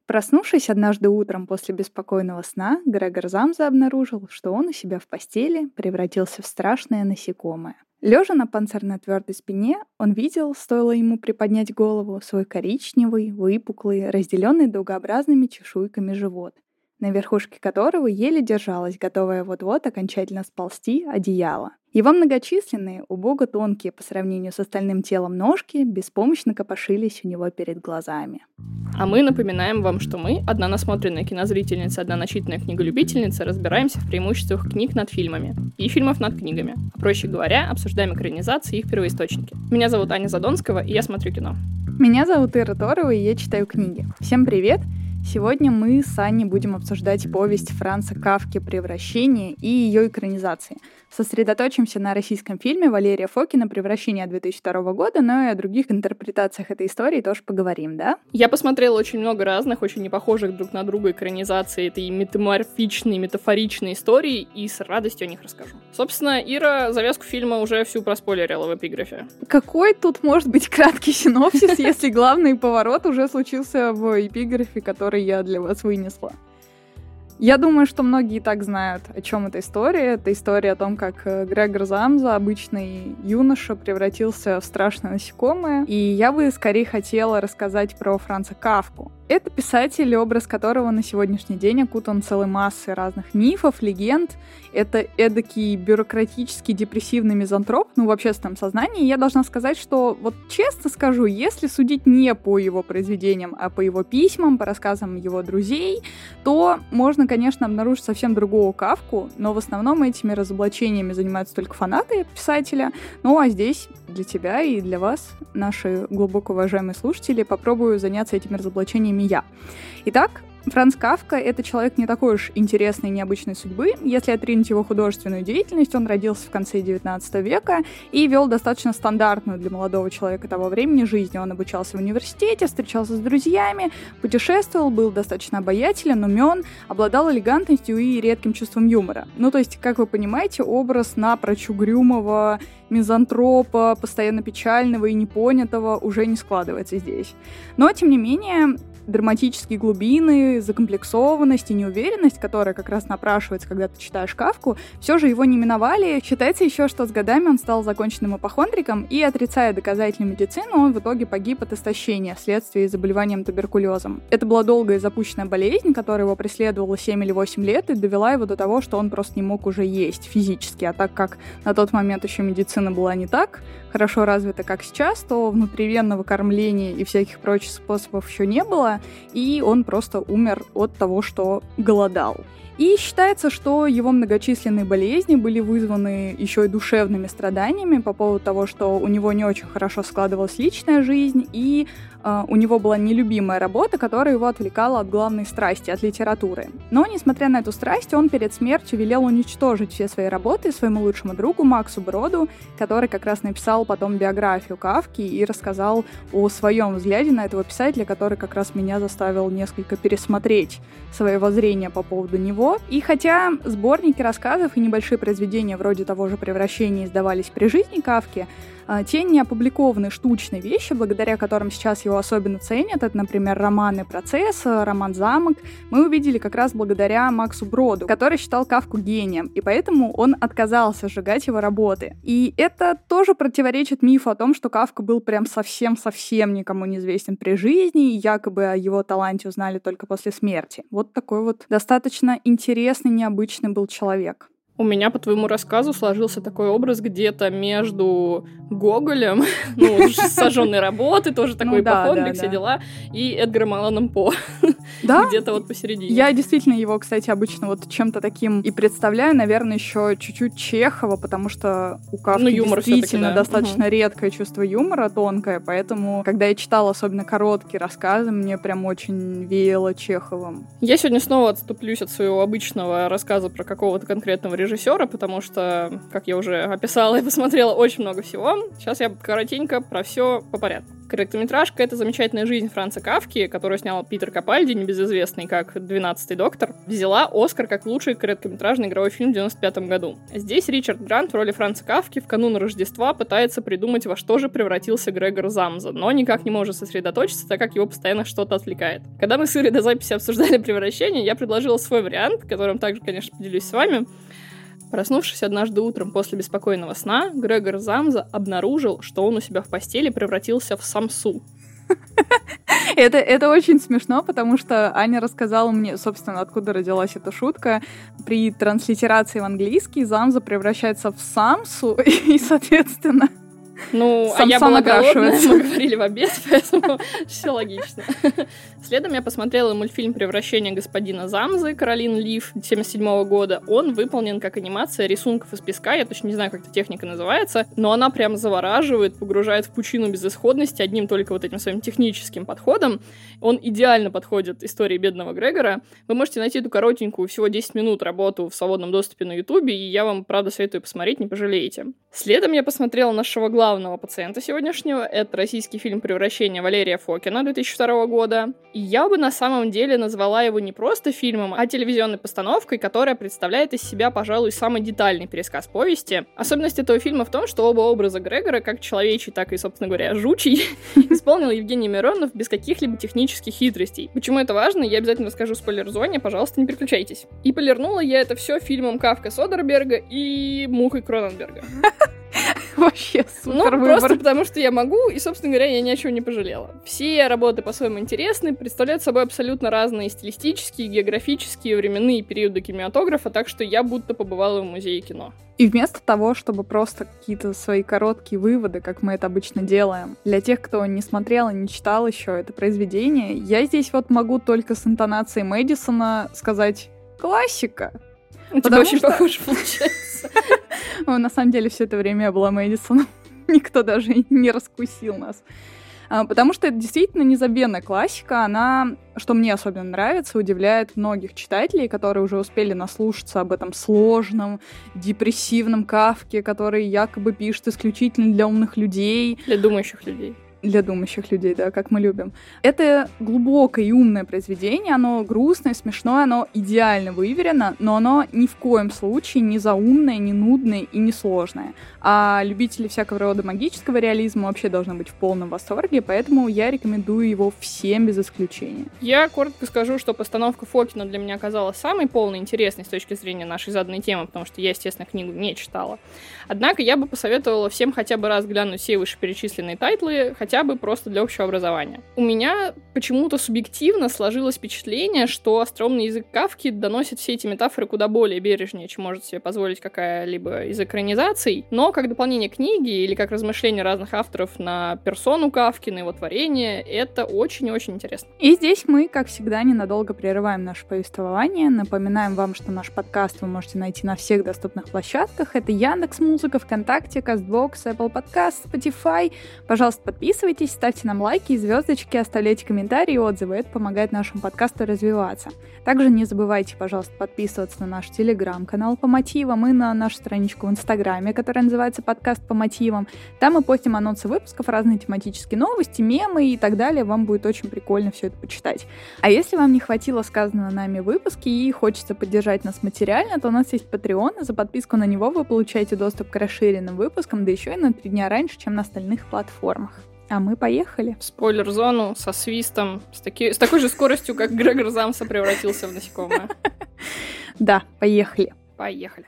Проснувшись однажды утром после беспокойного сна, Грегор Замза обнаружил, что он у себя в постели превратился в страшное насекомое. Лежа на панцирно-твердой спине, он видел, стоило ему приподнять голову, свой коричневый, выпуклый, разделенный дугообразными чешуйками живот, на верхушке которого еле держалось, готовое вот-вот окончательно сползти, одеяло. Его многочисленные, убого тонкие по сравнению с остальным телом ножки беспомощно копошились у него перед глазами. А мы напоминаем вам, что мы, одна насмотренная кинозрительница, одна начитанная книголюбительница, разбираемся в преимуществах книг над фильмами и фильмов над книгами. Проще говоря, обсуждаем экранизации и их первоисточники. Меня зовут Аня Задонского, и я смотрю кино. Меня зовут Ира Торова, и я читаю книги. Всем привет! Сегодня мы с Аней будем обсуждать повесть Франца Кафки «Превращение» и ее экранизации. Сосредоточимся на российском фильме Валерия Фокина «Превращение» 2002 года, но и о других интерпретациях этой истории тоже поговорим, да? Я посмотрела очень много разных, очень непохожих друг на друга экранизаций этой метаморфичной, метафоричной истории, и с радостью о них расскажу. Собственно, Ира завязку фильма уже всю проспойлерила в эпиграфе. Какой тут может быть краткий синопсис, если главный поворот уже случился в эпиграфе, который я для вас вынесла? Я думаю, что многие и так знают, о чем эта история. Это история о том, как Грегор Замза, обычный юноша, превратился в страшное насекомое. И я бы скорее хотела рассказать про Франца Кафку. Это писатель, образ которого на сегодняшний день окутан целой массой разных мифов, легенд. Это эдакий бюрократический депрессивный мизантроп, в общественном сознании. И я должна сказать, что, честно скажу, если судить не по его произведениям, а по его письмам, по рассказам его друзей, то можно, конечно, обнаружить совсем другого Кафку, но в основном этими разоблачениями занимаются только фанаты писателя. Ну а здесь для тебя и для вас, наши глубоко уважаемые слушатели, попробую заняться этими разоблачениями я. Итак, Франц Кафка — это человек не такой уж интересной и необычной судьбы. Если отринуть его художественную деятельность, он родился в конце XIX века и вел достаточно стандартную для молодого человека того времени жизнь. Он обучался в университете, встречался с друзьями, путешествовал, был достаточно обаятелен, умен, обладал элегантностью и редким чувством юмора. То есть, как вы понимаете, образ напрочь угрюмого мизантропа, постоянно печального и непонятого уже не складывается здесь. Но, тем не менее, драматические глубины, закомплексованность и неуверенность, которая как раз напрашивается, когда ты читаешь Кафку, все же его не миновали. Считается еще, что с годами он стал законченным ипохондриком, и, отрицая доказательную медицину, он в итоге погиб от истощения вследствие заболевания туберкулезом. Это была долгая запущенная болезнь, которая его преследовала 7 или 8 лет и довела его до того, что он просто не мог уже есть физически. А так как на тот момент еще медицина была не так хорошо развита, как сейчас, то внутривенного кормления и всяких прочих способов еще не было, и он просто умер от того, что голодал. И считается, что его многочисленные болезни были вызваны еще и душевными страданиями по поводу того, что у него не очень хорошо складывалась личная жизнь, и у него была нелюбимая работа, которая его отвлекала от главной страсти, от литературы. Но, несмотря на эту страсть, он перед смертью велел уничтожить все свои работы своему лучшему другу Максу Броду, который как раз написал потом биографию Кафки и рассказал о своем взгляде на этого писателя, который как раз меня заставил несколько пересмотреть свое воззрение по поводу него. И хотя сборники рассказов и небольшие произведения вроде того же «Превращения» издавались при жизни Кафки, те неопубликованные штучные вещи, благодаря которым сейчас его особенно ценят, это, например, романы «Процесс», роман «Замок», мы увидели как раз благодаря Максу Броду, который считал Кафку гением, и поэтому он отказался сжигать его работы. И это тоже противоречит мифу о том, что Кафка был прям совсем-совсем никому неизвестен при жизни, и якобы о его таланте узнали только после смерти. Вот такой достаточно интересный, необычный был человек. У меня по твоему рассказу сложился такой образ где-то между Гоголем, сожженной работы, тоже такой ипохондрик, все дела, и Эдгаром Алланом По. Да? Где-то посередине. Я действительно его, кстати, обычно чем-то таким и представляю, наверное, еще чуть-чуть Чехова, потому что у Кафки действительно достаточно редкое чувство юмора, тонкое, поэтому, когда я читала особенно короткие рассказы, мне прям очень веяло Чеховым. Я сегодня снова отступлюсь от своего обычного рассказа про какого-то конкретного режиссера, потому что, как я уже описала и посмотрела очень много всего. Сейчас я коротенько про все по порядку. Короткометражка «Это замечательная жизнь» Франца Кафки, которую снял Питер Капальди, небезызвестный как «12-й доктор», взяла Оскар как лучший короткометражный игровой фильм в 1995 году. Здесь Ричард Грант в роли Франца Кафки в канун Рождества пытается придумать, во что же превратился Грегор Замза, но никак не может сосредоточиться, так как его постоянно что-то отвлекает. Когда мы с Ирой до записи обсуждали «Превращение», я предложила свой вариант, которым также, конечно, поделюсь с вами. Проснувшись однажды утром после беспокойного сна, Грегор Замза обнаружил, что он у себя в постели превратился в самсу. Это очень смешно, потому что Аня рассказала мне, собственно, откуда родилась эта шутка. При транслитерации в английский Замза превращается в самсу, и, соответственно... Ну, а я была голодная, мы говорили в обед, поэтому все логично. Следом я посмотрела мультфильм «Превращение господина Замзы» Каролин Лив 1977 года. Он выполнен как анимация рисунков из песка, я точно не знаю, как эта техника называется, но она прям завораживает, погружает в пучину безысходности одним только вот этим своим техническим подходом. Он идеально подходит истории бедного Грегора. Вы можете найти эту коротенькую, всего 10 минут работу в свободном доступе на Ютубе, и я вам, правда, советую посмотреть, не пожалеете. Следом я посмотрела нашего главного пациента сегодняшнего. Это российский фильм «Превращение» Валерия Фокина 2002 года. И я бы на самом деле назвала его не просто фильмом, а телевизионной постановкой, которая представляет из себя, пожалуй, самый детальный пересказ повести. Особенность этого фильма в том, что оба образа Грегора, как человечий, так и, собственно говоря, жучий, исполнил Евгений Миронов без каких-либо технических хитростей. Почему это важно, я обязательно расскажу в спойлер-зоне, пожалуйста, не переключайтесь. И полирнула я это все фильмом Кафка Содерберга и Мухой Кроненберга. Вообще супер выбор. Просто потому, что я могу, и, собственно говоря, я ни о чем не пожалела. Все работы по-своему интересны, представляют собой абсолютно разные стилистические, географические, временные периоды кинематографа, так что я будто побывала в музее кино. И вместо того, чтобы просто какие-то свои короткие выводы, как мы это обычно делаем, для тех, кто не смотрел и не читал еще это произведение, я здесь вот могу только с интонацией Мэдисона сказать «классика». У тебя очень похоже получается. На самом деле все это время я была Мэдисоном. Никто даже не раскусил нас. Потому что это действительно незабвенная классика. Она, что мне особенно нравится, удивляет многих читателей, которые уже успели наслушаться об этом сложном, депрессивном Кафке, который якобы пишет исключительно для умных людей. Для думающих людей. Для думающих людей, да, как мы любим. Это глубокое и умное произведение, оно грустное, смешное, оно идеально выверено, но оно ни в коем случае не заумное, не нудное и не сложное. А любители всякого рода магического реализма вообще должны быть в полном восторге, поэтому я рекомендую его всем без исключения. Я коротко скажу, что постановка Фокина для меня оказалась самой полной интересной с точки зрения нашей заданной темы, потому что я, естественно, книгу не читала. Однако я бы посоветовала всем хотя бы раз глянуть все вышеперечисленные тайтлы, хотя бы просто для общего образования. У меня почему-то субъективно сложилось впечатление, что остроумный язык Кафки доносит все эти метафоры куда более бережнее, чем может себе позволить какая-либо из экранизаций, но как дополнение книги или как размышления разных авторов на персону Кафки, на его творение, это очень-очень интересно. И здесь мы, как всегда, ненадолго прерываем наше повествование. Напоминаем вам, что наш подкаст вы можете найти на всех доступных площадках. Это Яндекс.Музыка, ВКонтакте, Кастбокс, Apple Podcast, Spotify. Пожалуйста, подписывайтесь, ставьте нам лайки и звездочки, оставляйте комментарии и отзывы. Это помогает нашему подкасту развиваться. Также не забывайте, пожалуйста, подписываться на наш телеграм-канал по мотивам и на нашу страничку в Инстаграме, которая называется «Подкаст по мотивам». Там мы постим анонсы выпусков, разные тематические новости, мемы и так далее. Вам будет очень прикольно все это почитать. А если вам не хватило сказанного нами в выпуске и хочется поддержать нас материально, то у нас есть Patreon, и за подписку на него вы получаете доступ к расширенным выпускам, да еще и на 3 дня раньше, чем на остальных платформах. А мы поехали. В спойлер-зону со свистом, с такой же скоростью, как Грегор Замса превратился в насекомое. Да, поехали. Поехали.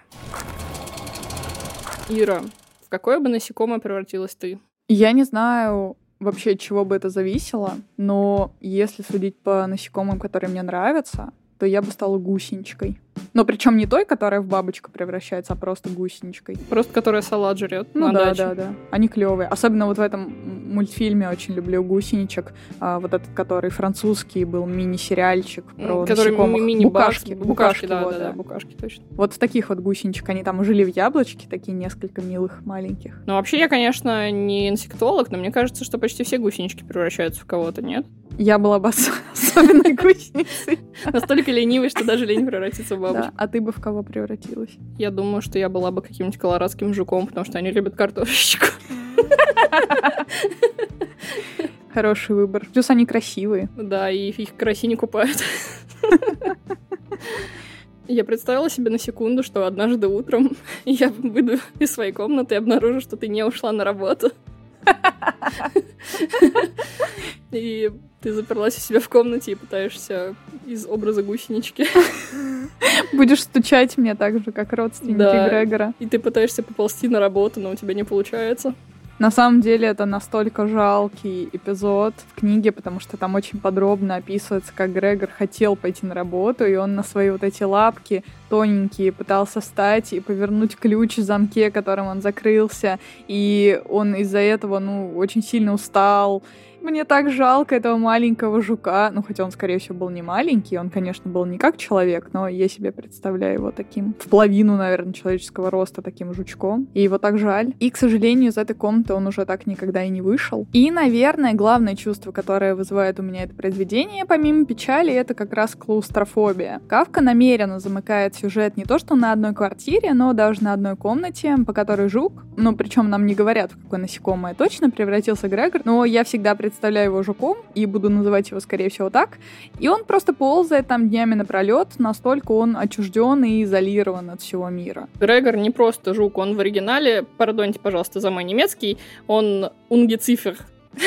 Ира, в какое бы насекомое превратилась ты? Я не знаю вообще, от чего бы это зависело, но если судить по насекомым, которые мне нравятся, то я бы стала гусеничкой. Но причем не той, которая в бабочку превращается, а просто гусеничкой. Просто которая салат жрет. Ну да, да, да. Они клевые. Особенно вот в этом мультфильме очень люблю гусеничек. Вот этот, который французский был, мини-сериальчик про насекомых. Мини-букашки. Букашки, да, букашки, точно. Вот в таких вот гусеничек. Они там жили в яблочке, такие несколько милых маленьких. Ну вообще я, конечно, не инсектолог, но мне кажется, что почти все гусенички превращаются в кого-то, нет? Я была бы особенной гусеницей. Настолько ленивой, что даже лень превратиться в бабочку. Да, а ты бы в кого превратилась? Я думаю, что я была бы каким-нибудь колорадским жуком, потому что они любят картошечку. Хороший выбор. Плюс они красивые. Да, и их краси не купают. Я представила себе на секунду, что однажды утром я выйду из своей комнаты и обнаружу, что ты не ушла на работу. И ты заперлась у себя в комнате и пытаешься из образа гусенички. Будешь стучать мне так же, как родственники Грегора. И ты пытаешься поползти на работу, но у тебя не получается. На самом деле это настолько жалкий эпизод в книге, потому что там очень подробно описывается, как Грегор хотел пойти на работу, и он на свои вот эти лапки тоненькие пытался встать и повернуть ключ в замке, которым он закрылся, и он из-за этого, очень сильно устал. Мне так жалко этого маленького жука. Хотя он, скорее всего, был не маленький. Он, конечно, был не как человек, но я себе представляю его таким в половину, наверное, человеческого роста, таким жучком. И его так жаль. И, к сожалению, из этой комнаты он уже так никогда и не вышел. И, наверное, главное чувство, которое вызывает у меня это произведение, помимо печали, это как раз клаустрофобия. Кафка намеренно замыкает сюжет не то что на одной квартире, но даже на одной комнате, по которой жук, причем нам не говорят, в какое насекомое точно превратился Грегор, но я всегда представляю его жуком и буду называть его, скорее всего, так. И он просто ползает там днями напролет, настолько он отчужден и изолирован от всего мира. Грегор не просто жук, он в оригинале, пардоньте, пожалуйста, за мой немецкий, он унгецифер.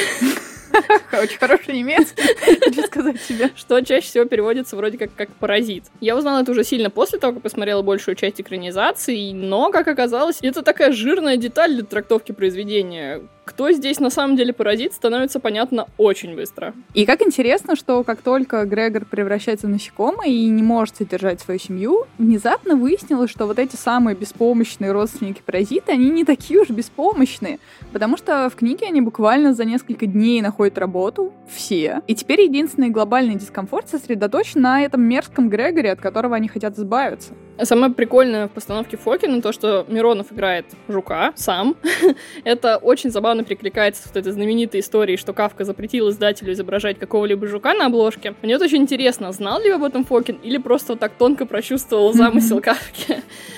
Очень хороший немецкий, хочу сказать тебе. Что чаще всего переводится вроде как паразит. Я узнала это уже сильно после того, как посмотрела большую часть экранизации, но, как оказалось, это такая жирная деталь для трактовки произведения. Кто здесь на самом деле паразит, становится понятно очень быстро. И как интересно, что как только Грегор превращается в насекомое и не может содержать свою семью, внезапно выяснилось, что вот эти самые беспомощные родственники-паразиты, они не такие уж беспомощные, потому что в книге они буквально за несколько дней находят работу, все. И теперь единственный глобальный дискомфорт сосредоточен на этом мерзком Грегоре, от которого они хотят избавиться. Самое прикольное в постановке Фокина то, что Миронов играет жука сам. Это очень забавно перекликается с вот этой знаменитой историей, что Кафка запретил издателю изображать какого-либо жука на обложке. Мне вот очень интересно, знал ли об этом Фокин или просто вот так тонко прочувствовал замысел Кафки.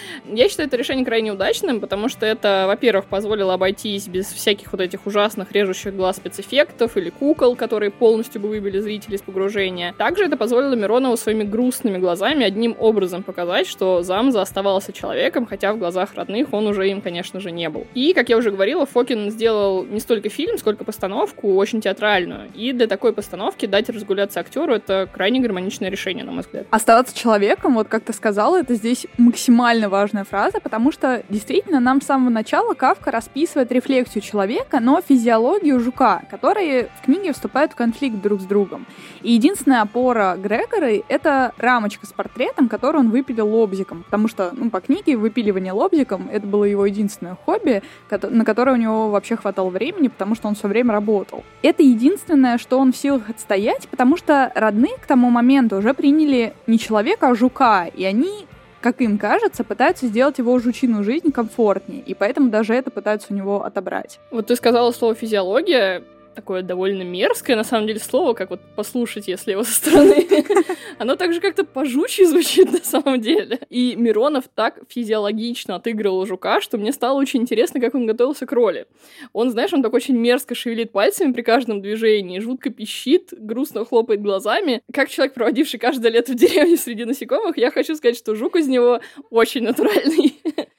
Я считаю это решение крайне удачным, потому что это, во-первых, позволило обойтись без всяких вот этих ужасных режущих глаз спецэффектов или кукол, которые полностью бы выбили зрителей из погружения. Также это позволило Миронову своими грустными глазами одним образом показать, что Замза оставался человеком, хотя в глазах родных он уже им, конечно же, не был. И, как я уже говорила, Фокин сделал не столько фильм, сколько постановку, очень театральную. И для такой постановки дать разгуляться актеру — это крайне гармоничное решение, на мой взгляд. Оставаться человеком, вот как ты сказала, это здесь максимально важная фраза, потому что действительно нам с самого начала Кафка расписывает рефлексию человека, но физиологию жука, которые в книге вступают в конфликт друг с другом. И единственная опора Грегора — это рамочка с портретом, которую он выпилил лобзиком, потому что, по книге выпиливание лобзиком — это было его единственное хобби, на которое у него вообще хватало времени, потому что он все время работал. Это единственное, что он в силах отстоять, потому что родные к тому моменту уже приняли не человека, а жука, и они, как им кажется, пытаются сделать его жучиную жизнь комфортнее, и поэтому даже это пытаются у него отобрать. Вот ты сказала слово «физиология», такое довольно мерзкое, на самом деле, слово, как вот послушать, если его со стороны. Оно также как-то пожуче звучит на самом деле. И Миронов так физиологично отыгрывал жука, что мне стало очень интересно, как он готовился к роли. Он, знаешь, он так очень мерзко шевелит пальцами при каждом движении, жутко пищит, грустно хлопает глазами. Как человек, проводивший каждое лето в деревне среди насекомых, я хочу сказать, что жук из него очень натуральный.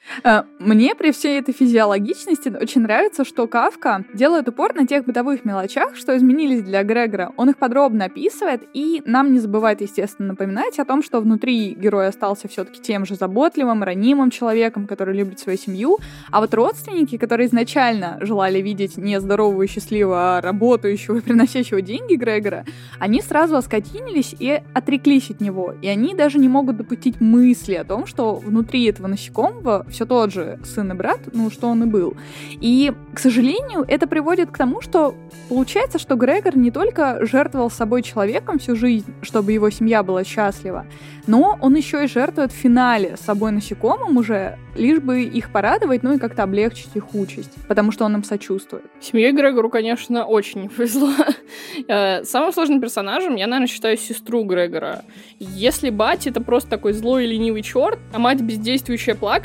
Мне при всей этой физиологичности очень нравится, что Кафка делает упор на тех бытовых мелочах, что изменились для Грегора. Он их подробно описывает и нам не забывает, естественно, напоминать о том, что внутри герой остался все-таки тем же заботливым, ранимым человеком, который любит свою семью, а вот родственники, которые изначально желали видеть не здорового и счастливого, а работающего и приносящего деньги Грегора, они сразу оскотинились и отреклись от него, и они даже не могут допустить мысли о том, что внутри этого насекомого все тот же сын и брат, что он и был. И, к сожалению, это приводит к тому, что получается, что Грегор не только жертвовал собой человеком всю жизнь, чтобы его семья была счастлива, но он еще и жертвует в финале собой насекомым уже, лишь бы их порадовать, и как-то облегчить их участь, потому что он им сочувствует. Семьей Грегору, конечно, очень не повезло. Самым сложным персонажем я, наверное, считаю сестру Грегора. Если Бати — это просто такой злой и ленивый черт, а мать — бездействующая плакальщица,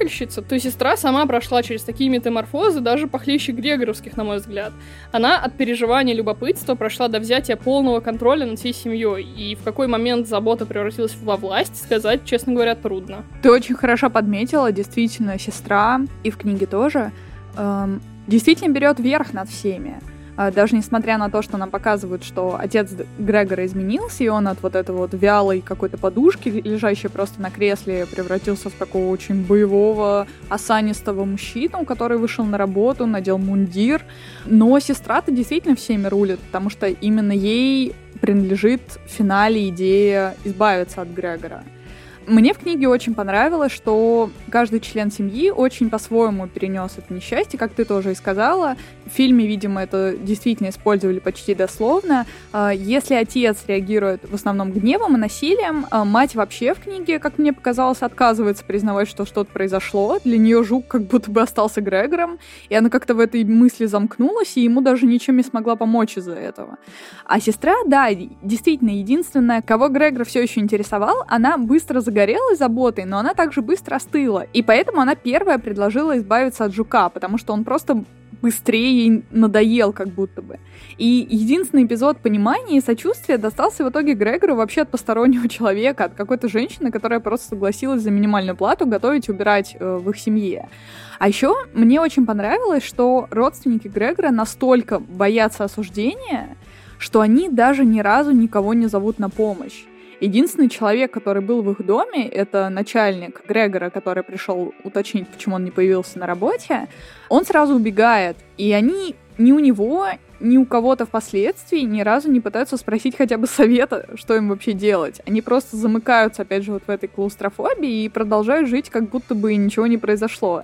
то сестра сама прошла через такие метаморфозы, даже похлеще грегоровских, на мой взгляд. Она от переживания любопытства прошла до взятия полного контроля над всей семьей. И в какой момент забота превратилась во власть, сказать, честно говоря, трудно. Ты очень хорошо подметила, действительно, сестра, и в книге тоже, действительно берет верх над всеми. Даже несмотря на то, что нам показывают, что отец Грегора изменился, и он от вот этой вот вялой какой-то подушки, лежащей просто на кресле, превратился в такого очень боевого, осанистого мужчину, который вышел на работу, надел мундир. Но сестра-то действительно всеми рулит, потому что именно ей принадлежит в финале идея избавиться от Грегора. Мне в книге очень понравилось, что каждый член семьи очень по-своему перенес это несчастье, как ты тоже и сказала. В фильме, видимо, это действительно использовали почти дословно. Если отец реагирует в основном гневом и насилием, мать вообще в книге, как мне показалось, отказывается признавать, что что-то произошло. Для нее жук как будто бы остался Грегором, и она как-то в этой мысли замкнулась, и ему даже ничем не смогла помочь из-за этого. А сестра, да, действительно, единственная, кого Грегор все еще интересовал, она быстро загорелась заботой, но она также быстро остыла. И поэтому она первая предложила избавиться от жука, потому что он просто быстрее ей надоел как будто бы. И единственный эпизод понимания и сочувствия достался в итоге Грегору вообще от постороннего человека, от какой-то женщины, которая просто согласилась за минимальную плату готовить и убирать в их семье. А еще мне очень понравилось, что родственники Грегора настолько боятся осуждения, что они даже ни разу никого не зовут на помощь. Единственный человек, который был в их доме, это начальник Грегора, который пришел уточнить, почему он не появился на работе. Он сразу убегает, и они ни у него, ни у кого-то впоследствии ни разу не пытаются спросить хотя бы совета, что им вообще делать. Они просто замыкаются, опять же, вот в этой клаустрофобии и продолжают жить, как будто бы ничего не произошло.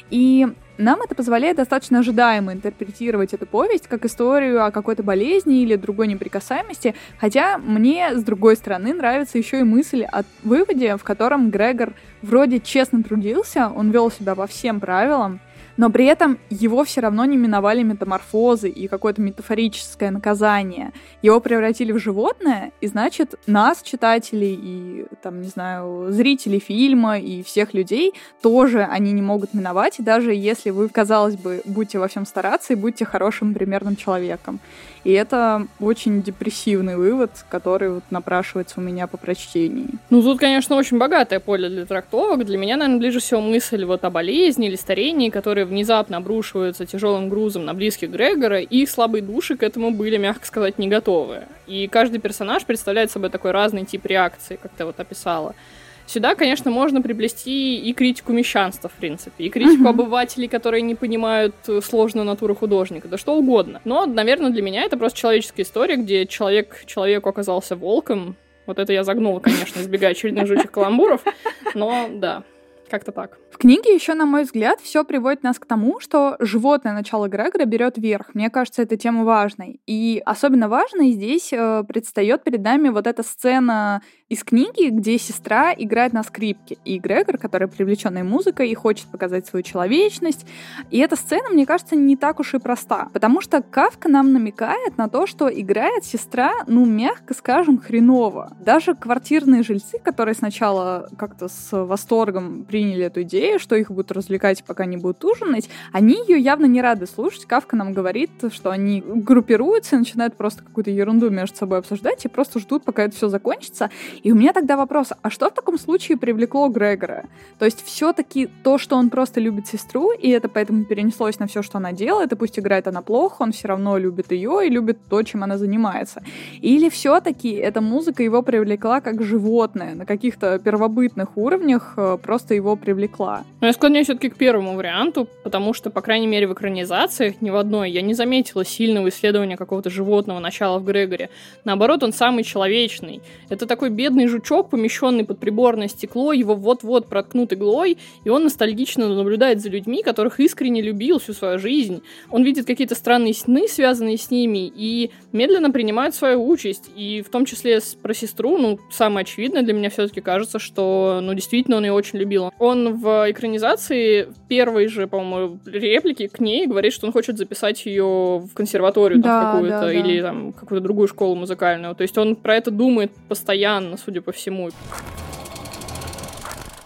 И нам это позволяет достаточно ожидаемо интерпретировать эту повесть как историю о какой-то болезни или другой неприкасаемости, хотя мне, с другой стороны, нравится еще и мысль о выводе, в котором Грегор вроде честно трудился, он вел себя по всем правилам, но при этом его все равно не миновали метаморфозы и какое-то метафорическое наказание. Его превратили в животное, и значит, нас, читателей и, там, не знаю, зрителей фильма и всех людей тоже они не могут миновать, и даже если вы, казалось бы, будете во всем стараться и будьте хорошим примерным человеком. И это очень депрессивный вывод, который вот напрашивается у меня по прочтении. Ну, тут, конечно, очень богатое поле для трактовок. Для меня, наверное, ближе всего мысль вот о болезни или старении, которые внезапно обрушиваются тяжелым грузом на близких Грегора, и их слабые души к этому были, мягко сказать, не готовы. И каждый персонаж представляет собой такой разный тип реакции, как ты вот описала. Сюда, конечно, можно приплести и критику мещанства, в принципе, и критику обывателей, которые не понимают сложную натуру художника, да что угодно. Но, наверное, для меня это просто человеческая история, где человеку оказался волком. Вот это я загнула, конечно, избегая очередных жучих каламбуров, но да. Как-то так. В книге еще, на мой взгляд, все приводит нас к тому, что животное начало Грегора берет верх. Мне кажется, эта тема важной. И особенно важной здесь предстает перед нами вот эта сцена из книги, где сестра играет на скрипке. И Грегор, который привлеченный музыкой и хочет показать свою человечность. И эта сцена, мне кажется, не так уж и проста. Потому что Кафка нам намекает на то, что играет сестра, ну, мягко скажем, хреново. Даже квартирные жильцы, которые сначала как-то с восторгом приняли эту идею, что их будут развлекать, пока не будут ужинать, они ее явно не рады слушать. Кафка нам говорит, что они группируются и начинают просто какую-то ерунду между собой обсуждать и просто ждут, пока это все закончится. И у меня тогда вопрос, а что в таком случае привлекло Грегора? То есть все-таки то, что он просто любит сестру, и это поэтому перенеслось на все, что она делает, и пусть играет она плохо, он все равно любит ее и любит то, чем она занимается. Или все-таки эта музыка его привлекла как животное, на каких-то первобытных уровнях просто его привлекла? Но я склоняюсь все-таки к первому варианту, потому что, по крайней мере, в экранизациях ни в одной я не заметила сильного исследования какого-то животного начала в Грегоре. Наоборот, он самый человечный. Это такой бедный жучок, помещенный под приборное стекло, его вот-вот проткнут иглой, и он ностальгично наблюдает за людьми, которых искренне любил всю свою жизнь. Он видит какие-то странные сны, связанные с ними, и медленно принимает свою участь. И в том числе про сестру, ну, самое очевидное для меня все-таки кажется, что, ну, действительно, он ее очень любил. Он в экранизации первой же, по-моему, реплики к ней говорит, что он хочет записать ее в консерваторию, там, в какую-то, или там какую-то другую школу музыкальную. То есть он про это думает постоянно, судя по всему.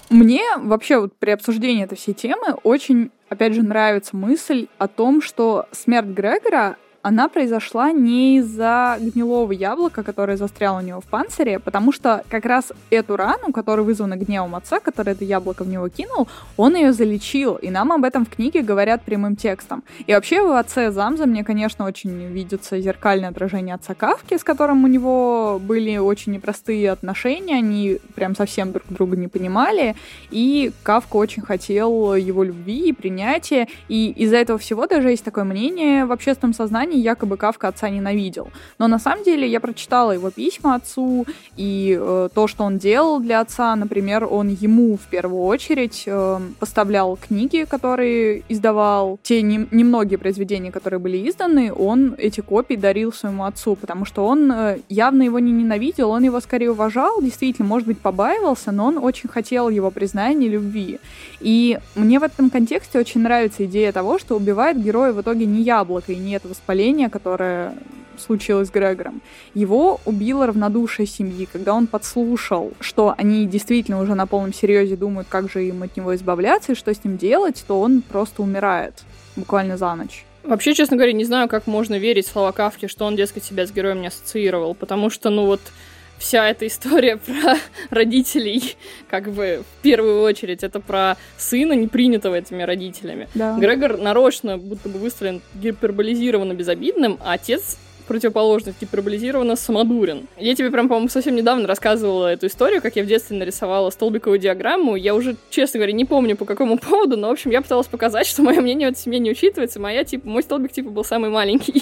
Мне вообще вот при обсуждении этой всей темы очень, опять же, нравится мысль о том, что смерть Грегора, она произошла не из-за гнилого яблока, которое застряло у него в панцире, потому что как раз эту рану, которая вызвана гневом отца, который это яблоко в него кинул, он ее залечил, и нам об этом в книге говорят прямым текстом. И вообще в отце Замза мне, конечно, очень видится зеркальное отражение отца Кафки, с которым у него были очень непростые отношения, они прям совсем друг друга не понимали, и Кафка очень хотел его любви и принятия, и из-за этого всего даже есть такое мнение в общественном сознании, якобы Кафка отца ненавидел. Но на самом деле я прочитала его письма отцу, и то, что он делал для отца, например, он ему в первую очередь поставлял книги, которые издавал, те немногие произведения, которые были изданы, он эти копии дарил своему отцу, потому что он явно его не ненавидел, он его скорее уважал, действительно, может быть, побаивался, но он очень хотел его признания и любви. И мне в этом контексте очень нравится идея того, что убивает героя в итоге не яблоко и не это воспаление, которое случилось с Грегором. Его убило равнодушие семьи, когда он подслушал, что они действительно уже на полном серьезе думают, как же им от него избавляться и что с ним делать, то он просто умирает буквально за ночь. Вообще, честно говоря, не знаю, как можно верить в слова Кафки, что он, дескать, себя с героем не ассоциировал, потому что, вся эта история про родителей, как бы, в первую очередь, это про сына, не принятого этими родителями. Да. Грегор нарочно будто бы выстроен гиперболизированно безобидным, а отец противоположность гиперболизированно самодурен. Я тебе прям, по-моему, совсем недавно рассказывала эту историю, как я в детстве нарисовала столбиковую диаграмму. Я уже, честно говоря, не помню по какому поводу, но, в общем, я пыталась показать, что мое мнение в этой семье не учитывается. Мой столбик, был самый маленький.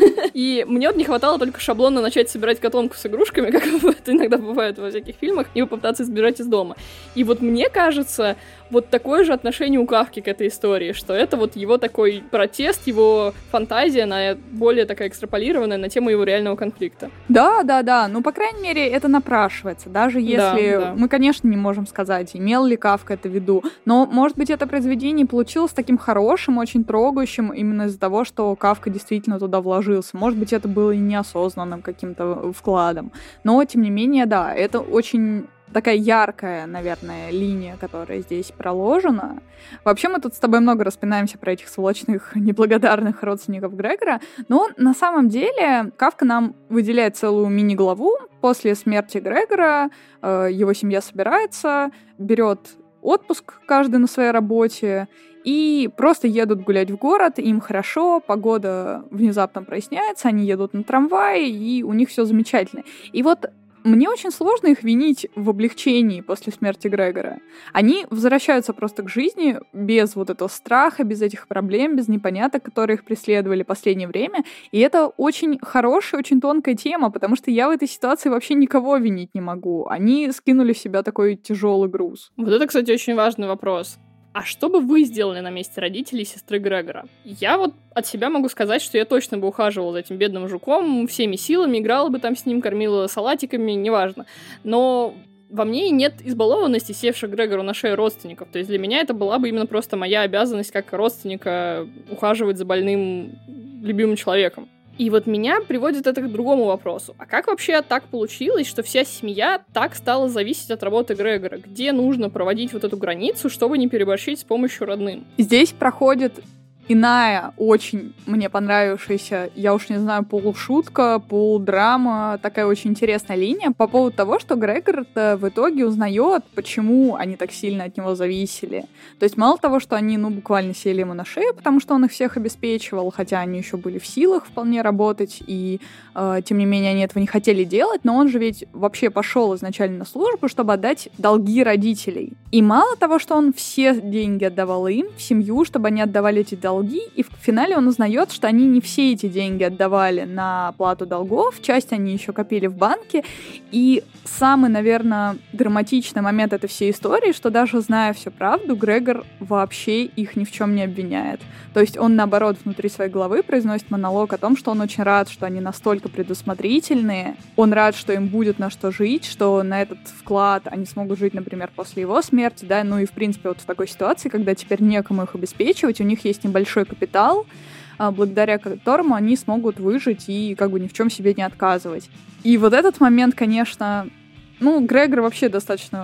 И мне не хватало только шаблонно начать собирать котомку с игрушками, как это иногда бывает во всяких фильмах, и попытаться сбежать из дома. И мне кажется, такое же отношение у Кафки к этой истории, что это его такой протест, его фантазия, она более такая экстраполированная на тему его реального конфликта. Да. По крайней мере, это напрашивается. Даже если мы, конечно, не можем сказать, имел ли Кафка это в виду, но, может быть, это произведение получилось таким хорошим, очень трогающим именно из-за того, что Кафка действительно туда вложился. Может быть, это было и неосознанным каким-то вкладом. Но, тем не менее, да, это очень такая яркая, наверное, линия, которая здесь проложена. Вообще мы тут с тобой много распинаемся про этих сволочных, неблагодарных родственников Грегора, но на самом деле Кафка нам выделяет целую мини-главу. После смерти Грегора его семья собирается, берет отпуск каждый на своей работе и просто едут гулять в город, им хорошо, погода внезапно проясняется, они едут на трамвае, и у них все замечательно. И мне очень сложно их винить в облегчении после смерти Грегора. Они возвращаются просто к жизни без этого страха, без этих проблем, без непоняток, которые их преследовали в последнее время. И это очень хорошая, очень тонкая тема, потому что я в этой ситуации вообще никого винить не могу. Они скинули в себя такой тяжелый груз. Это, кстати, очень важный вопрос. А что бы вы сделали на месте родителей сестры Грегора? Я от себя могу сказать, что я точно бы ухаживала за этим бедным жуком всеми силами, играла бы там с ним, кормила салатиками, неважно. Но во мне нет избалованности, севших Грегору на шею родственников. То есть для меня это была бы именно просто моя обязанность как родственника ухаживать за больным, любимым человеком. И меня приводит это к другому вопросу. А как вообще так получилось, что вся семья так стала зависеть от работы Грегора? Где нужно проводить эту границу, чтобы не переборщить с помощью родным? Здесь проходит иная, очень мне понравившаяся, я уж не знаю, полушутка, полудрама, такая очень интересная линия по поводу того, что Грегор-то в итоге узнает, почему они так сильно от него зависели. То есть мало того, что они, буквально сели ему на шею, потому что он их всех обеспечивал, хотя они еще были в силах вполне работать, и тем не менее они этого не хотели делать, но он же ведь вообще пошел изначально на службу, чтобы отдать долги родителей. И мало того, что он все деньги отдавал им, в семью, чтобы они отдавали эти долги, и в финале он узнает, что они не все эти деньги отдавали на оплату долгов, часть они еще копили в банке, и самый, наверное, драматичный момент этой всей истории, что даже зная всю правду, Грегор вообще их ни в чем не обвиняет. То есть он, наоборот, внутри своей головы произносит монолог о том, что он очень рад, что они настолько предусмотрительные, он рад, что им будет на что жить, что на этот вклад они смогут жить, например, после его смерти, да, и в принципе в такой ситуации, когда теперь некому их обеспечивать, у них есть небольшой капитал, благодаря которому они смогут выжить и ни в чем себе не отказывать. И этот момент, конечно, Грегор вообще достаточно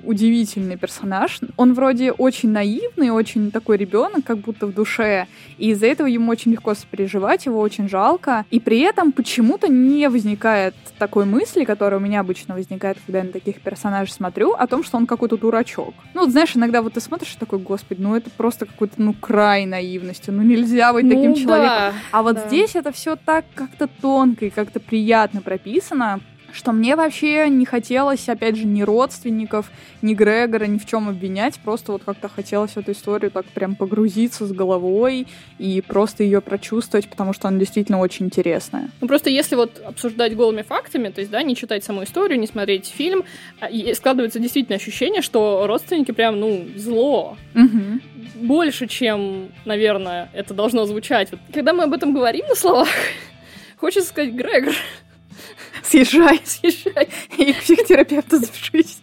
удивительный персонаж. Он вроде очень наивный, очень такой ребенок, как будто в душе, и из-за этого ему очень легко сопереживать, его очень жалко, и при этом почему-то не возникает такой мысли, которая у меня обычно возникает, когда я на таких персонажей смотрю, о том, что он какой-то дурачок. Ну, вот знаешь, иногда вот ты смотришь и такой, господи, ну это просто какой-то, ну, край наивности, ну нельзя быть таким человеком. А вот здесь это все так как-то тонко и как-то приятно прописано, что мне вообще не хотелось, опять же, ни родственников, ни Грегора ни в чем обвинять, просто вот как-то хотелось в эту историю так прям погрузиться с головой и просто ее прочувствовать, потому что она действительно очень интересная. Ну просто если вот обсуждать голыми фактами, то есть, да, не читать саму историю, не смотреть фильм, складывается действительно ощущение, что родственники прям, ну, зло. Угу. Больше, чем, наверное, это должно звучать. Вот, когда мы об этом говорим на словах, хочется сказать: Грегор, съезжай съезжай. И к психотерапевту запишись.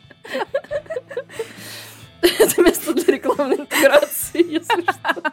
Это место для рекламной интеграции, если что.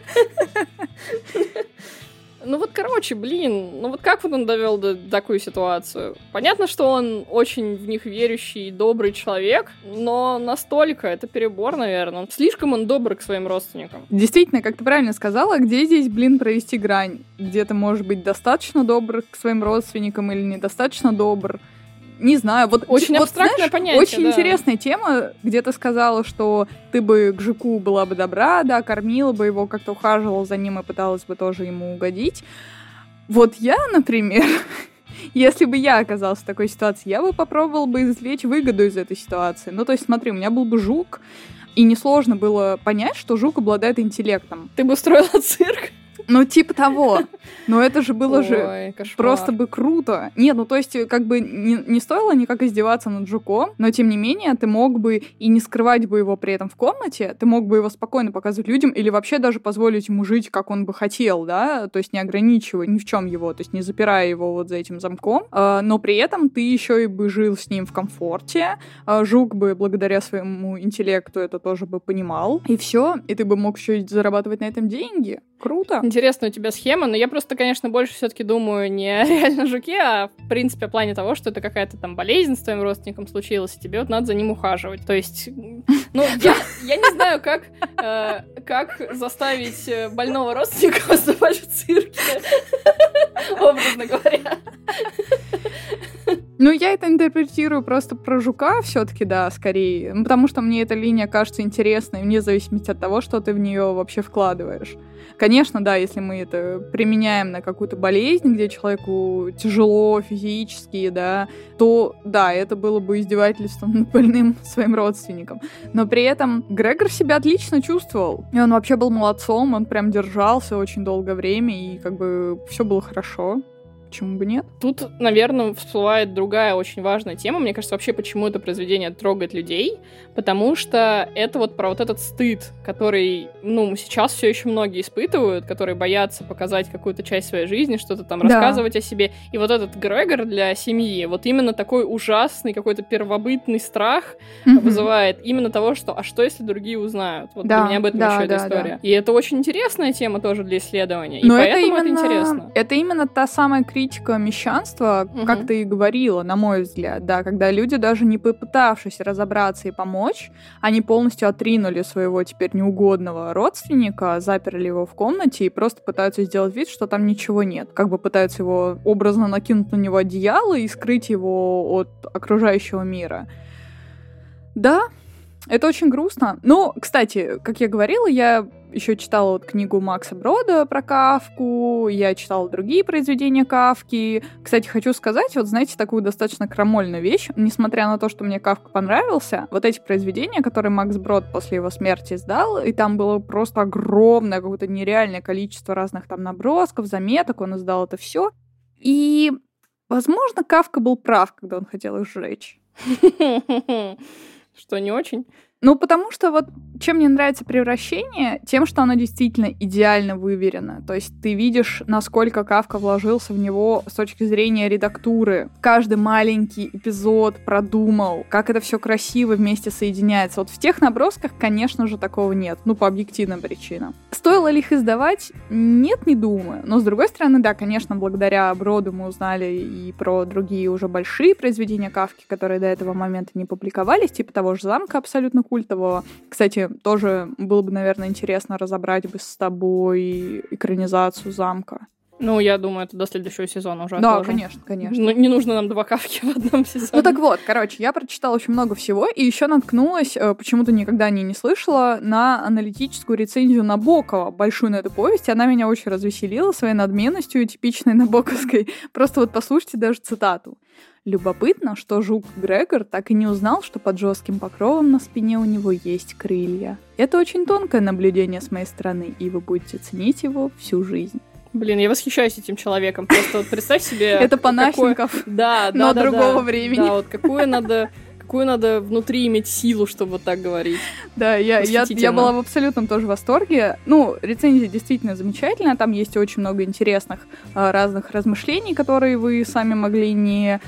Ну вот, короче, блин, ну вот как вот он довел до такую ситуацию? Понятно, что он очень в них верующий и добрый человек, но настолько это перебор, наверное. Слишком он добр к своим родственникам. Действительно, как ты правильно сказала, где здесь, блин, провести грань? Где-то, может быть, достаточно добр к своим родственникам или недостаточно добр? Не знаю, вот очень абстрактное знаешь, понятие. Очень интересная тема, где ты сказала, что ты бы к Жуку была бы добра, да, кормила бы его, как-то ухаживала за ним и пыталась бы тоже ему угодить. Вот я, например, если бы я оказалась в такой ситуации, я бы попробовала бы извлечь выгоду из этой ситуации. Ну, то есть, смотри, у меня был бы Жук, и несложно было понять, что Жук обладает интеллектом. Ты бы устроила цирк? Ну, типа того. Но это же было же просто бы круто. Нет, ну то есть как бы не стоило никак издеваться над Жуком, но тем не менее ты мог бы и не скрывать бы его при этом в комнате, ты мог бы его спокойно показывать людям или вообще даже позволить ему жить, как он бы хотел, да, то есть не ограничивая ни в чем его, то есть не запирая его вот за этим замком, но при этом ты еще и бы жил с ним в комфорте, Жук бы благодаря своему интеллекту это тоже бы понимал, и все, и ты бы мог еще и зарабатывать на этом деньги. Круто. Интересная у тебя схема, но я просто, конечно, больше все-таки думаю не о реально Жуке, а в принципе о плане того, что это какая-то там болезнь с твоим родственником случилась, и тебе вот надо за ним ухаживать. То есть, ну, я не знаю, как заставить больного родственника выступать в цирке, образно говоря. Ну, я это интерпретирую просто про Жука все-таки, да, скорее. Потому что мне эта линия кажется интересной, вне зависимости от того, что ты в нее вообще вкладываешь. Конечно, да, если мы это применяем на какую-то болезнь, где человеку тяжело физически, да, то, да, это было бы издевательством над больным своим родственником. Но при этом Грегор себя отлично чувствовал. И он вообще был молодцом, он прям держался очень долгое время, и как бы все было хорошо. Почему бы нет? Тут, наверное, всплывает другая очень важная тема. Мне кажется, вообще, почему это произведение трогает людей. Потому что это вот про вот этот стыд, который, ну, сейчас все еще многие испытывают, которые боятся показать какую-то часть своей жизни, что-то там рассказывать о себе. И вот этот Грегор для семьи, вот именно такой ужасный, какой-то первобытный страх вызывает именно того, что «а что, если другие узнают?» Вот для меня об этом еще эта история. И это очень интересная тема тоже для исследования. Но и поэтому это интересно. Это именно та самая критика мещанства, как ты и говорила, на мой взгляд, да, когда люди, даже не попытавшись разобраться и помочь, они полностью отринули своего теперь неугодного родственника, заперли его в комнате и просто пытаются сделать вид, что там ничего нет. Как бы пытаются его образно накинуть на него одеяло и скрыть его от окружающего мира. Да, это очень грустно. Но, кстати, как я говорила, я еще читала вот книгу Макса Брода про Кафку, я читала другие произведения Кафки. Кстати, хочу сказать, вот знаете, такую достаточно крамольную вещь. Несмотря на то, что мне Кафка понравился, вот эти произведения, которые Макс Брод после его смерти издал, и там было просто огромное, какое-то нереальное количество разных там набросков, заметок, он издал это все. И, возможно, Кафка был прав, когда он хотел их сжечь. Что, не очень? Ну, потому что вот чем мне нравится «Превращение», тем, что оно действительно идеально выверено. То есть ты видишь, насколько Кафка вложился в него с точки зрения редактуры. Каждый маленький эпизод продумал, как это все красиво вместе соединяется. Вот в тех набросках, конечно же, такого нет. Ну, по объективным причинам. Стоило ли их издавать? Нет, не думаю. Но, с другой стороны, да, конечно, благодаря Броду мы узнали и про другие уже большие произведения Кафки, которые до этого момента не публиковались, типа того же «Замка» абсолютно культового. Кстати, тоже было бы, наверное, интересно разобрать бы с тобой экранизацию «Замка». Ну, я думаю, это до следующего сезона уже Да, отложим. конечно. Ну, не нужно нам 2 Кафки в одном сезоне. Ну так вот, короче, я прочитала очень много всего, и еще наткнулась, почему-то никогда о ней не слышала, на аналитическую рецензию Набокова, большую на эту повесть. Она меня очень развеселила своей надменностью, типичной набоковской. Просто вот послушайте даже цитату. «Любопытно, что жук Грегор так и не узнал, что под жестким покровом на спине у него есть крылья. Это очень тонкое наблюдение с моей стороны, и вы будете ценить его всю жизнь». Блин, я восхищаюсь этим человеком. Просто вот представь себе... Это Панасенков, но другого времени. Да, вот какую надо внутри иметь силу, чтобы вот так говорить. Да, я была в абсолютном тоже восторге. Ну, рецензия действительно замечательная, там есть очень много интересных разных размышлений, которые вы сами могли не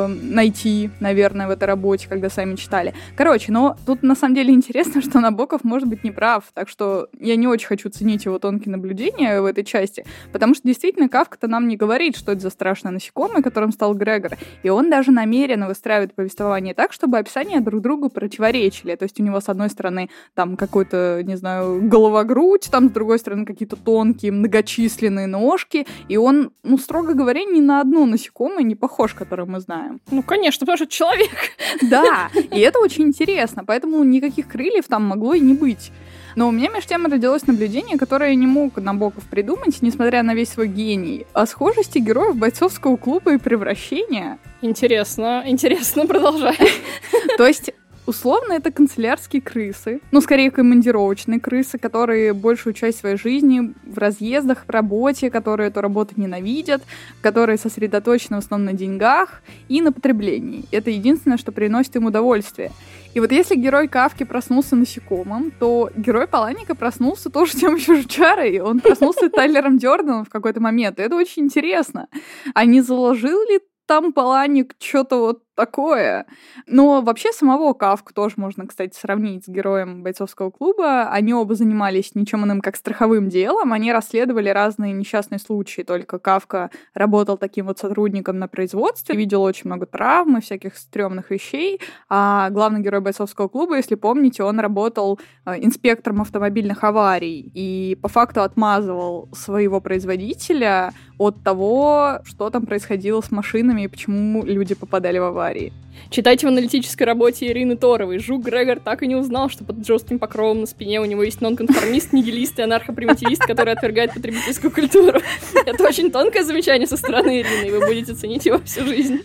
найти, наверное, в этой работе, когда сами читали. Короче, но тут на самом деле интересно, что Набоков может быть неправ, так что я не очень хочу ценить его тонкие наблюдения в этой части, потому что действительно Кафка-то нам не говорит, что это за страшное насекомое, которым стал Грегор, и он даже намеренно выстраивает повествование так, чтобы описания друг другу противоречили. То есть у него, с одной стороны, там какой-то, не знаю, голова-грудь, там, с другой стороны, какие-то тонкие, многочисленные ножки, и он, ну, строго говоря, ни на одно насекомое не похож, которое мы знаем. Ну, конечно, потому что это человек. Да, и это очень интересно, поэтому никаких крыльев там могло и не быть. Но у меня между тем родилось наблюдение, которое не мог Набоков придумать, несмотря на весь свой гений, о схожести героев бойцовского клуба и «Превращения». Интересно, продолжай. То есть, условно, это канцелярские крысы, ну, скорее, командировочные крысы, которые большую часть своей жизни в разъездах, в работе, которые эту работу ненавидят, которые сосредоточены в основном на деньгах и на потреблении. Это единственное, что приносит им удовольствие. И вот если герой Кафки проснулся насекомым, то герой Паланика проснулся тоже тем еще жучарой. Он проснулся Тайлером Дёрденом в какой-то момент. И это очень интересно. А не заложил ли там Паланик что-то вот такое? Но вообще самого Кафку тоже можно, кстати, сравнить с героем бойцовского клуба. Они оба занимались ничем иным, как страховым делом. Они расследовали разные несчастные случаи. Только Кафка работал таким вот сотрудником на производстве, видел очень много травм и всяких стрёмных вещей. А главный герой бойцовского клуба, если помните, он работал инспектором автомобильных аварий и по факту отмазывал своего производителя от того, что там происходило с машинами и почему люди попадали в аварии. Читайте в аналитической работе Ирины Торовой. Жук Грегор так и не узнал, что под жестким покровом на спине у него есть нонконформист, нигилист и анархопримитивист, который отвергает потребительскую культуру. Это очень тонкое замечание со стороны Ирины, и вы будете ценить его всю жизнь.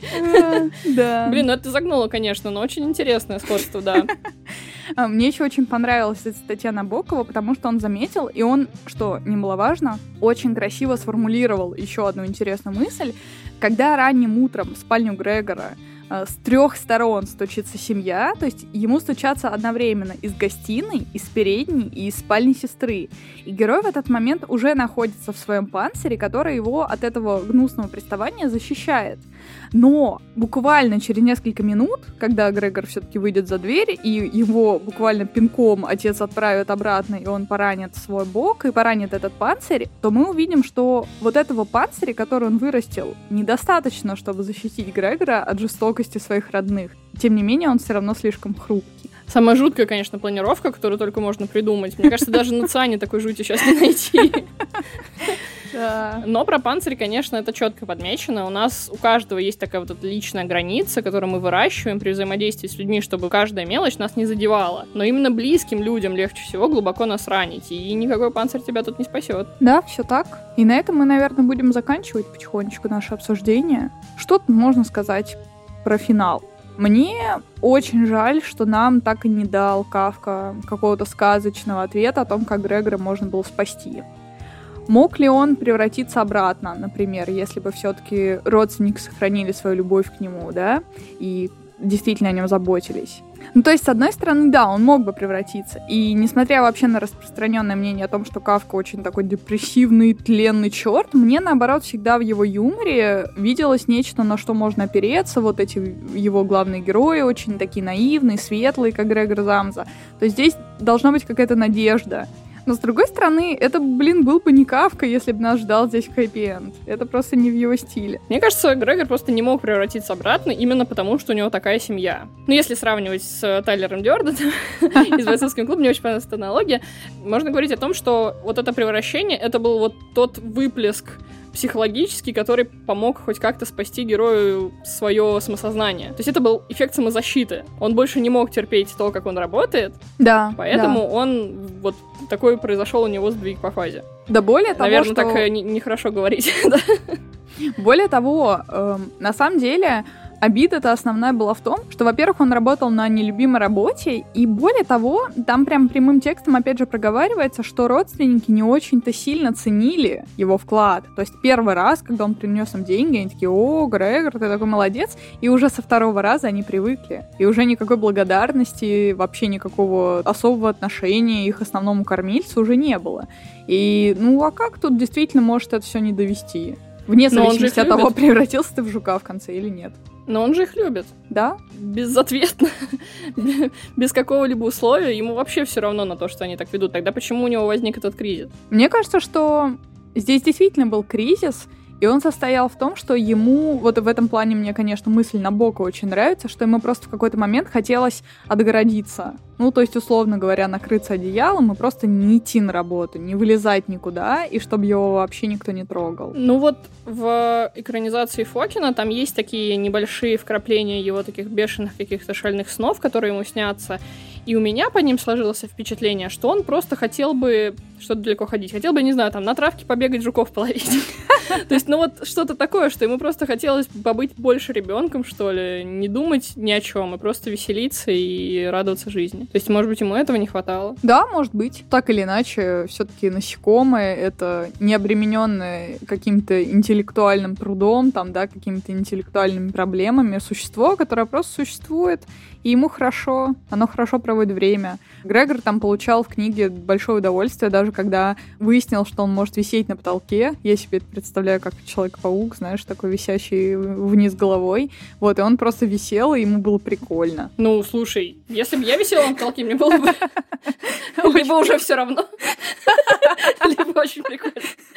Да. Блин, ну это ты загнула, конечно, но очень интересное сходство, да. Мне еще очень понравилась эта статья Набокова, потому что он заметил, и он, что немаловажно, очень красиво сформулировал еще одну интересную мысль. Когда ранним утром в спальню Грегора с 3 сторон стучится семья, то есть ему стучатся одновременно из гостиной, из передней и из спальни сестры. И герой в этот момент уже находится в своем панцире, который его от этого гнусного приставания защищает. Но буквально через несколько минут, когда Грегор все-таки выйдет за дверь, и его буквально пинком отец отправит обратно, и он поранит свой бок и поранит этот панцирь, то мы увидим, что вот этого панциря, который он вырастил, недостаточно, чтобы защитить Грегора от жестокости своих родных. Тем не менее, он все равно слишком хрупкий. Самая жуткая, конечно, планировка, которую только можно придумать. Мне кажется, даже на Циане такой жути сейчас не найти. Да. Но про панцирь, конечно, это четко подмечено. У нас у каждого есть такая вот эта личная граница, которую мы выращиваем при взаимодействии с людьми, чтобы каждая мелочь нас не задевала. Но именно близким людям легче всего глубоко нас ранить, и никакой панцирь тебя тут не спасет. Да, все так. И на этом мы, наверное, будем заканчивать потихонечку наше обсуждение. Что тут можно сказать про финал? Мне очень жаль, что нам так и не дал Кафка какого-то сказочного ответа о том, как Грегора можно было спасти. Мог ли он превратиться обратно, например, если бы все-таки родственники сохранили свою любовь к нему, да, и действительно о нем заботились. Ну, то есть, с одной стороны, да, он мог бы превратиться. И несмотря вообще на распространенное мнение о том, что Кафка очень такой депрессивный, тленный черт, мне, наоборот, всегда в его юморе виделось нечто, на что можно опереться. Вот эти его главные герои очень такие наивные, светлые, как Грегор Замза. То есть здесь должна быть какая-то надежда. Но, с другой стороны, это, был бы не Кафка, если бы нас ждал здесь хэппи-энд. Это просто не в его стиле. Мне кажется, Грегор просто не мог превратиться обратно именно потому, что у него такая семья. Ну, если сравнивать с Тайлером Дёрденом из «Бойцовского клуба», мне очень понравилась эта аналогия, можно говорить о том, что вот это превращение, это был вот тот выплеск психологический, который помог хоть как-то спасти герою свое самосознание. То есть это был эффект самозащиты. Он больше не мог терпеть то, как он работает. Да. Поэтому он вот такой произошел у него сдвиг по фазе. Да более того, наверное, что... так нехорошо говорить. Более того, на самом деле... Обида-то основная была в том, что, во-первых, он работал на нелюбимой работе, и более того, там прям прямым текстом опять же проговаривается, что родственники не очень-то сильно ценили его вклад. То есть первый раз, когда он принес им деньги, они такие: «О, Грегор, ты такой молодец», и уже со второго раза они привыкли. И уже никакой благодарности, вообще никакого особого отношения их основному кормильцу уже не было. И, а как тут действительно может это все не довести? Вне зависимости от того, превратился ты в жука в конце или нет. Но он же их любит. Да? Безответно. Без какого-либо условия. Ему вообще все равно на то, что они так ведут. Тогда почему у него возник этот кризис? Мне кажется, что здесь действительно был кризис, и он состоял в том, что ему, вот в этом плане мне, конечно, мысль Набока очень нравится, что ему просто в какой-то момент хотелось отгородиться. То есть, условно говоря, накрыться одеялом и просто не идти на работу, не вылезать никуда, и чтобы его вообще никто не трогал. Вот в экранизации Фокина там есть такие небольшие вкрапления его таких бешеных каких-то шальных снов, которые ему снятся. И у меня по ним сложилось впечатление, что он просто хотел бы что-то далеко ходить. Хотел бы, не знаю, там на травке побегать, жуков половить. То есть, что-то такое, что ему просто хотелось побыть больше ребенком, что ли, не думать ни о чем, и просто веселиться и радоваться жизни. То есть, может быть, ему этого не хватало? Да, может быть. Так или иначе, все-таки насекомые — это не обремененное каким-то интеллектуальным трудом, какими-то интеллектуальными проблемами существо, которое просто существует, и ему хорошо, оно хорошо проводит время. Грегор там получал в книге большое удовольствие, даже когда выяснил, что он может висеть на потолке. Я себе это представляю как Человек-паук, знаешь, такой висящий вниз головой. И он просто висел, и ему было прикольно. Слушай, если бы я висела на потолке, мне было бы либо уже все равно, либо очень прикольно.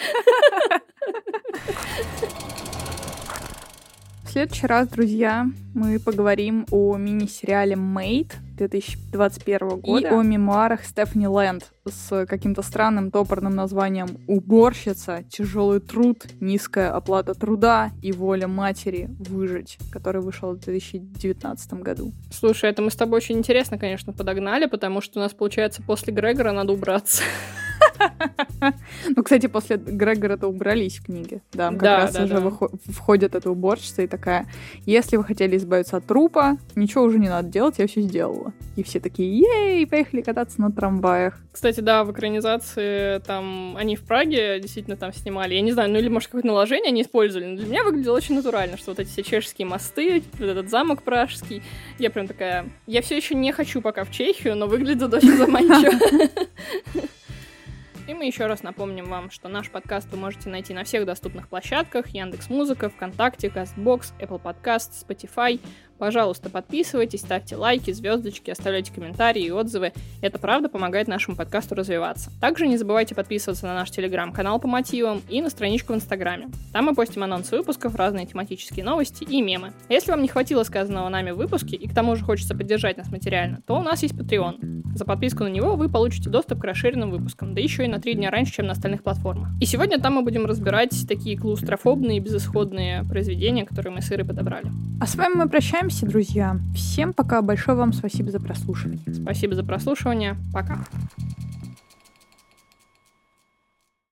В следующий раз, друзья, мы поговорим о мини-сериале «Maid» 2021 года и о мемуарах Стефани Лэнд с каким-то странным топорным названием «Уборщица. Тяжелый труд, низкая оплата труда и воля матери выжить», который вышел в 2019 году. Слушай, это мы с тобой очень интересно, конечно, подогнали, потому что у нас, получается, после Грегора надо убраться. Кстати, после Грегора-то убрались в книге. Да, как раз уже входит эта уборщица и такая: если вы хотели избавиться от трупа, ничего уже не надо делать, я все сделала. И все такие: ей, поехали кататься на трамваях. Кстати, да, в экранизации там они в Праге действительно там снимали. Я не знаю, или, может, какое-то наложение они использовали, но для меня выглядело очень натурально, что вот эти все чешские мосты, вот этот замок пражский. Я прям такая: я все еще не хочу пока в Чехию, но выглядит очень заманчиво. И мы еще раз напомним вам, что наш подкаст вы можете найти на всех доступных площадках: Яндекс.Музыка, ВКонтакте, Castbox, Apple Podcast, Spotify. Пожалуйста, подписывайтесь, ставьте лайки, звездочки, оставляйте комментарии и отзывы. Это правда помогает нашему подкасту развиваться. Также не забывайте подписываться на наш телеграм-канал по мотивам и на страничку в Инстаграме. Там мы постим анонсы выпусков, разные тематические новости и мемы. А если вам не хватило сказанного нами в выпуске и к тому же хочется поддержать нас материально, то у нас есть Patreon. За подписку на него вы получите доступ к расширенным выпускам, да еще и на 3 дня раньше, чем на остальных платформах. И сегодня там мы будем разбирать такие клаустрофобные и безысходные произведения, которые мы с Ирой подобрали. А с вами мы прощаемся, друзья. Всем пока. Большое вам спасибо за прослушивание. Спасибо за прослушивание. Пока.